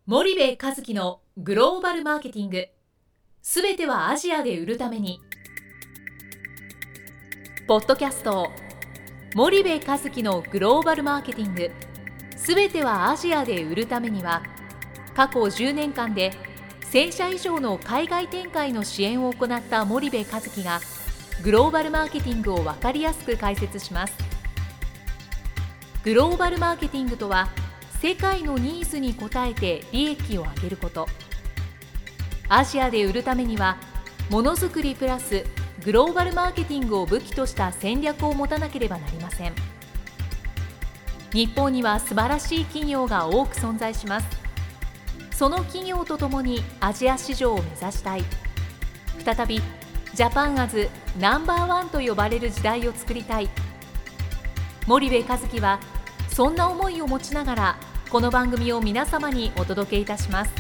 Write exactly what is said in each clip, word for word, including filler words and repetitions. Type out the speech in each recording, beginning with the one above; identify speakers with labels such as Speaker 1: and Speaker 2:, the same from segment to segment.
Speaker 1: 森部一樹のグローバルマーケティング、すべてはアジアで売るために。ポッドキャスト森部一樹のグローバルマーケティング、すべてはアジアで売るためには、過去じゅうねんかんでせんしゃ以上の海外展開の支援を行った森部一樹がグローバルマーケティングを分かりやすく解説します。グローバルマーケティングとは、世界のニーズに応えて利益を上げること。アジアで売るためには、ものづくりプラスグローバルマーケティングを武器とした戦略を持たなければなりません。日本には素晴らしい企業が多く存在します。その企業とともにアジア市場を目指したい。再びジャパンアズナンバーワンと呼ばれる時代を作りたい。森部一樹はそんな思いを持ちながら、この番組を皆様にお届けいたします。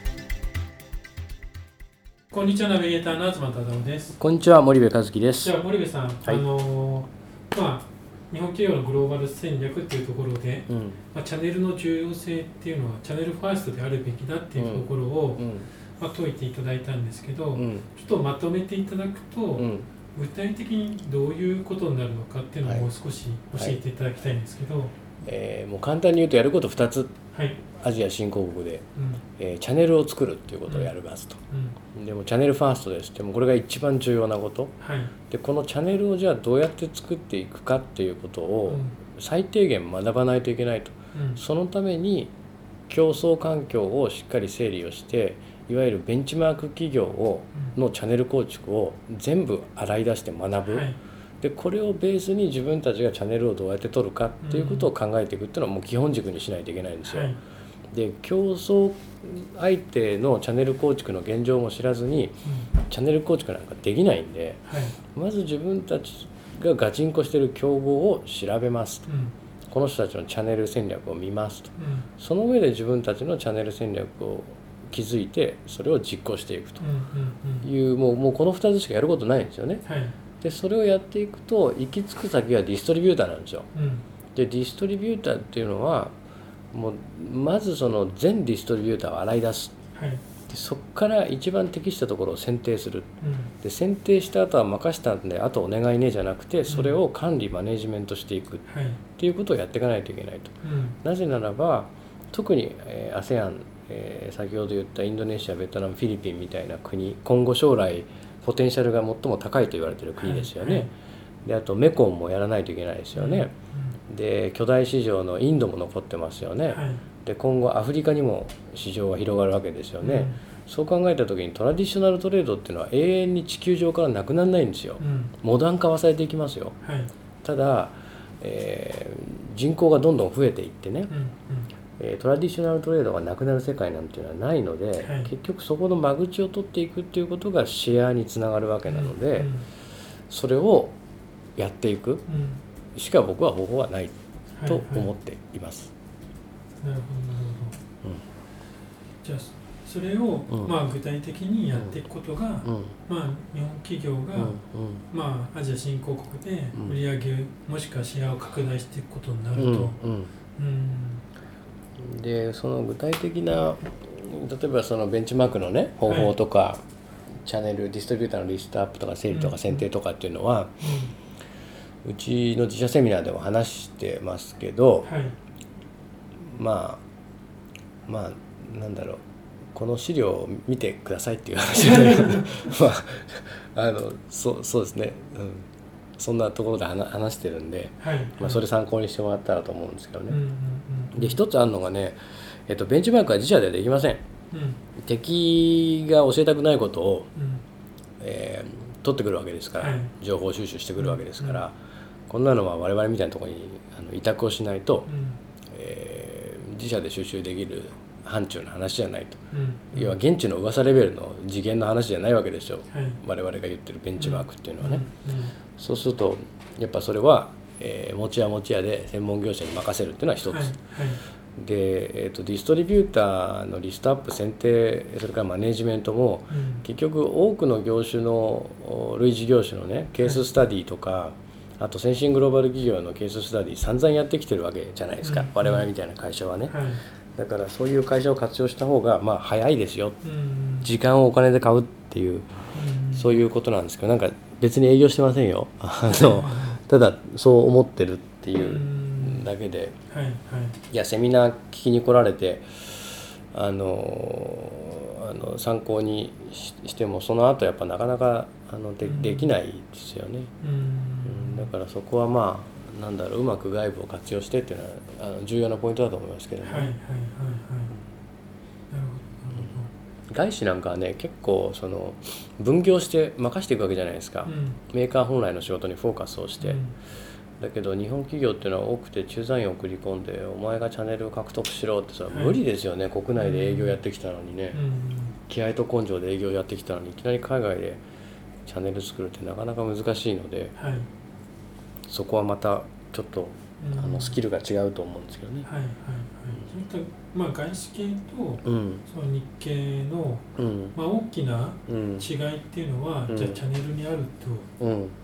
Speaker 2: こんにちは、ナビゲーターの東忠夫です。
Speaker 3: こんにちは、森部一樹です。
Speaker 2: じゃあ森部さん、
Speaker 3: はい、
Speaker 2: あのー、まあ日本企業のグローバル戦略っていうところで、うんまあ、チャンネルの重要性っていうのはチャンネルファーストであるべきだっていうところを、うんまあ、説いていただいたんですけど、うん、ちょっとまとめていただくと、うん、具体的にどういうことになるのかっていうのをもう少し教えていただきたいんですけど、はいはい
Speaker 3: えー、もう簡単に言うとやることふたつ、
Speaker 2: はい、
Speaker 3: アジア新興国で、うんえー、チャンネルを作るっていうことをやりますと、うん、でもチャンネルファーストですってもこれが一番重要なこと、はい、でこのチャンネルをじゃあどうやって作っていくかっていうことを最低限学ばないといけないと、うん、そのために競争環境をしっかり整理をして、いわゆるベンチマーク企業をのチャンネル構築を全部洗い出して学ぶ、はいでこれをベースに自分たちがチャンネルをどうやって取るかっていうことを考えていくっていうのはもう基本軸にしないといけないんですよ、はい、で競争相手のチャンネル構築の現状も知らずに、うん、チャンネル構築なんかできないんで、はい、まず自分たちがガチンコしている競合を調べますと、うん、この人たちのチャンネル戦略を見ますと、うん、その上で自分たちのチャンネル戦略を築いてそれを実行していくという、もう、もうこのふたつしかやることないんですよね、はいでそれをやっていくと行き着く先はディストリビューターなんですよ、うん、でディストリビューターっていうのはもうまずその全ディストリビューターを洗い出す、はい、でそこから一番適したところを選定する、うん、で選定した後は任したんであとお願いねじゃなくてそれを管理マネジメントしていくっていうことをやっていかないといけないと、はい、なぜならば特に、えー、アセアン、えー、先ほど言ったインドネシア、ベトナム、フィリピンみたいな国、今後将来ポテンシャルが最も高いと言われている国ですよね、はいはい、であとメコンもやらないといけないですよね、うん、で巨大市場のインドも残ってますよね、はい、で今後アフリカにも市場が広がるわけですよね、うん、そう考えた時にトラディショナルトレードっていうのは永遠に地球上からなくならないんですよ、うん、モダン化はされていきますよ、はい、ただ、えー、人口がどんどん増えていってね、うんうんトラディショナルトレードがなくなる世界なんていうのはないので、はい、結局そこの間口を取っていくっていうことがシェアにつながるわけなので、うんうん、それをやっていくしか僕は方法はないと思っています、
Speaker 2: はいはい、なるほどなるほど、うん、じゃあそれを、うんまあ、具体的にやっていくことが、うんまあ、日本企業が、うんうんまあ、アジア新興国で売り上げもしくはシェアを拡大していくことになると、うんうんうん
Speaker 3: でその具体的な例えばそのベンチマークのね方法とか、はい、チャンネルディストリビューターのリストアップとか整理とか選定とかっていうのは、うんうん、うちの自社セミナーでも話してますけど、はい、まあまあなんだろうこの資料を見てくださいっていう話でまああのそそうですね、うんそんなところで話してるんで、はいまあ、それ参考にしてもらったらと思うんですけどね、うんうんうん、で一つあるのがね、えっと、ベンチマークは自社ではできません、うん、敵が教えたくないことを、うんえー、取ってくるわけですから、はい、情報収集してくるわけですから、うんうん、こんなのは我々みたいなところにあの委託をしないと、うんえー、自社で収集できる範疇の話じゃないと、うん、要は現地の噂レベルの次元の話じゃないわけですよ、はい、我々が言ってるベンチマークっていうのはね、うんうんうん、そうするとやっぱそれは、えー、持ち屋持ち屋で専門業者に任せるっていうのは一つ、はいはい、で、えーと、ディストリビューターのリストアップ選定それからマネジメントも、うん、結局多くの業種の類似業種のねケーススタディとか、はいあと先進グローバル企業のケーススタディ散々やってきてるわけじゃないですか、うん、我々みたいな会社はね、はい、 だからそういう会社を活用した方がまあ早いですよ、うん、時間をお金で買うっていう、うん、そういうことなんですけど、なんか別に営業してませんよあのただそう思ってるっていうだけで、うんはいはい、いやセミナー聞きに来られてあのあの参考に し, してもその後やっぱなかなかあの で, できないですよね、うん、だからそこはまあなんだろう、うまく外部を活用してっていうのはあの重要なポイントだと思いますけどね。はいはいはいはい。なるほど。外資なんかはね結構その分業して任していくわけじゃないですか、うん、メーカー本来の仕事にフォーカスをして、うん、だけど日本企業っていうのは多くて駐在員を送り込んでお前がチャンネルを獲得しろってさ、はい、無理ですよね。国内で営業やってきたのにね、うん、気合と根性で営業やってきたのにいきなり海外でチャンネル作るってなかなか難しいので、はい、そこはまたちょっと、うん、あのスキルが違うと思うんですけどね。はいはいはい。
Speaker 2: それとまあ外資系と、うん、その日系の、うんまあ、大きな違いっていうのは、うん、じゃあチャンネルにあると、うん
Speaker 3: うん、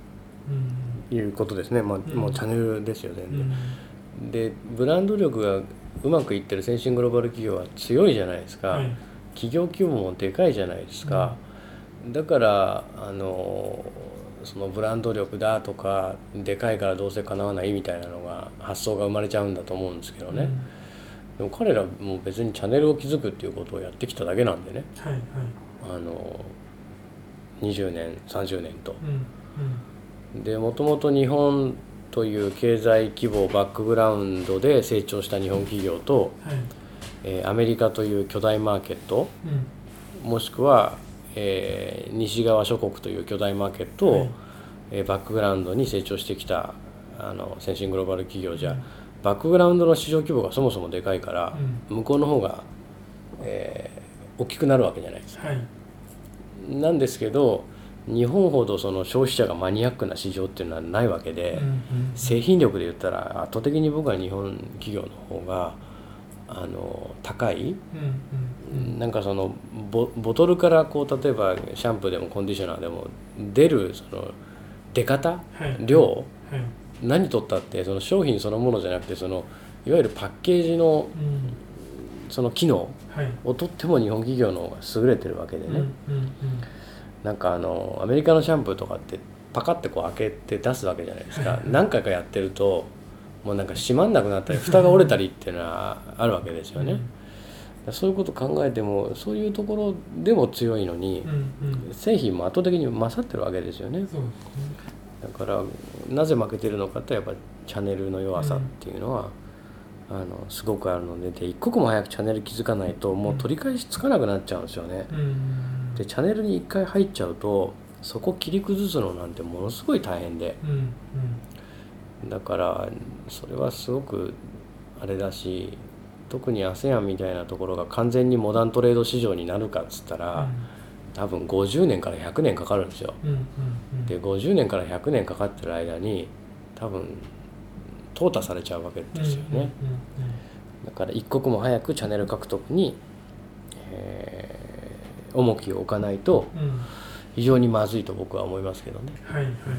Speaker 3: いうことですね。まあ、うん、もうチャンネルですよ全然、うん、でブランド力がうまくいってる先進グローバル企業は強いじゃないですか、はい、企業規模もでかいじゃないですか、うん、だからあのそのブランド力だとかでかいからどうせかなわないみたいなのが発想が生まれちゃうんだと思うんですけどね、うん、でも彼らも別にチャンネルを築くっていうことをやってきただけなんでね、はいはい、あのにじゅうねんさんじゅうねんと、うんうん、でもともと日本という経済規模バックグラウンドで成長した日本企業と、はいえー、アメリカという巨大マーケット、うん、もしくはえー、西側諸国という巨大マーケットを、はいえー、バックグラウンドに成長してきたあの先進グローバル企業じゃ、うん、バックグラウンドの市場規模がそもそもでかいから、うん、向こうの方が、えー、大きくなるわけじゃないですか、はい、なんですけど日本ほどその消費者がマニアックな市場っていうのはないわけで、うんうんうん、製品力で言ったら圧倒的に僕は日本企業の方があの高い、うんうんうん、なんかその ボ, ボトルからこう例えばシャンプーでもコンディショナーでも出るその出方、はい、量、はい、何取ったってその商品そのものじゃなくてそのいわゆるパッケージの、うん、その機能をとっても日本企業の方が優れてるわけでね、うんうんうん、なんかあのアメリカのシャンプーとかってパカッてこう開けて出すわけじゃないですか、はい、何回かやってるともうなんか閉まんなくなったり蓋が折れたりっていうのはあるわけですよね、うん、そういうこと考えてもそういうところでも強いのに、うんうん、製品も圧倒的に勝ってるわけですよね。そうですね。だからなぜ負けてるのかってやっぱりチャンネルの弱さっていうのは、うん、あのすごくあるので、で一刻も早くチャンネル気づかないともう取り返しつかなくなっちゃうんですよね、うん、でチャンネルに一回入っちゃうとそこ切り崩すのなんてものすごい大変で、うんうん、だからそれはすごくあれだし、特に アセアン みたいなところが完全にモダントレード市場になるかっつったら、うん、多分ごじゅうねんからひゃくねんかかるんですよ、うんうんうん、でごじゅうねんからひゃくねんかかってる間に多分淘汰されちゃうわけですよね、うんうんうんうん、だから一刻も早くチャンネル獲得に、えー、重きを置かないと非常にまずいと僕は思いますけどね、うん、はいはいはいはい。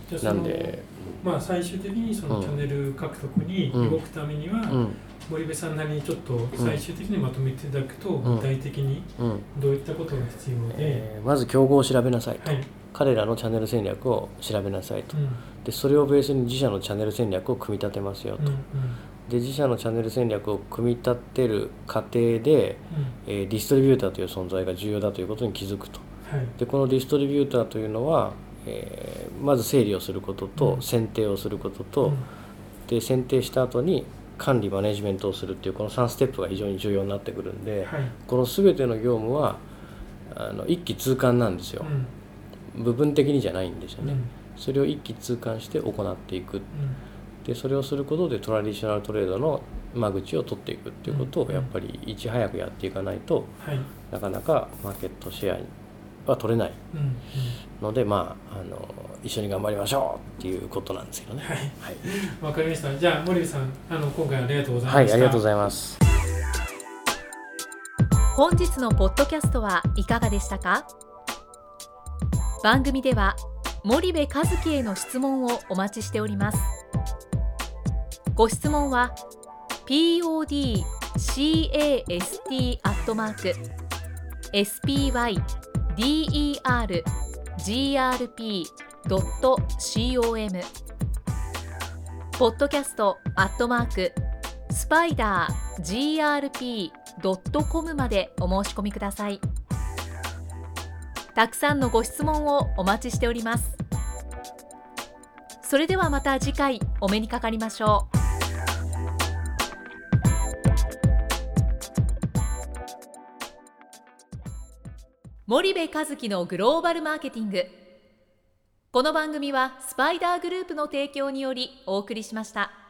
Speaker 2: じゃあなんでまあ、最終的にそのチャンネル獲得に動くためには、うん、森部さんなりにちょっと最終的にまとめていただくと、具体的にどういったことが必要で、
Speaker 3: えー、まず競合を調べなさいと、はい、彼らのチャンネル戦略を調べなさいと、うん、でそれをベースに自社のチャンネル戦略を組み立てますよと、うんうん、で自社のチャンネル戦略を組み立てる過程で、うんえー、ディストリビューターという存在が重要だということに気づくと、はい、でこのディストリビューターというのはえー、まず整理をすることと選定をすることと、うん、で選定した後に管理マネジメントをするっていうこのさんステップが非常に重要になってくるんで、はい、この全ての業務はあの一気通貫なんですよ、うん、部分的にじゃないんですよね、うん、それを一気通貫して行っていく、うん、でそれをすることでトラディショナルトレードの間口を取っていくっていうことをやっぱりいち早くやっていかないと、はい、なかなかマーケットシェアには取れないので、うんうん、まあ、あの一緒に頑張りましょうっていうことなんですけどね。はい、
Speaker 2: はい、わかりました。じゃあ森部さん、あの今回はありがとうございました。はい、
Speaker 3: ありがとうございます。
Speaker 1: 本日のポッドキャストはいかがでしたか？番組では森部一樹への質問をお待ちしております。ご質問はピーオーディーシーエーエスティー アットマーク エスピーワイディーイーアールジーアールピー ドット コム ポッドキャストアットマークスパイダー ジーアールピー ドット コム までお申し込みください。たくさんのご質問をお待ちしております。それではまた次回お目にかかりましょう。森部一樹のグローバルマーケティング。この番組はスパイダーグループの提供によりお送りしました。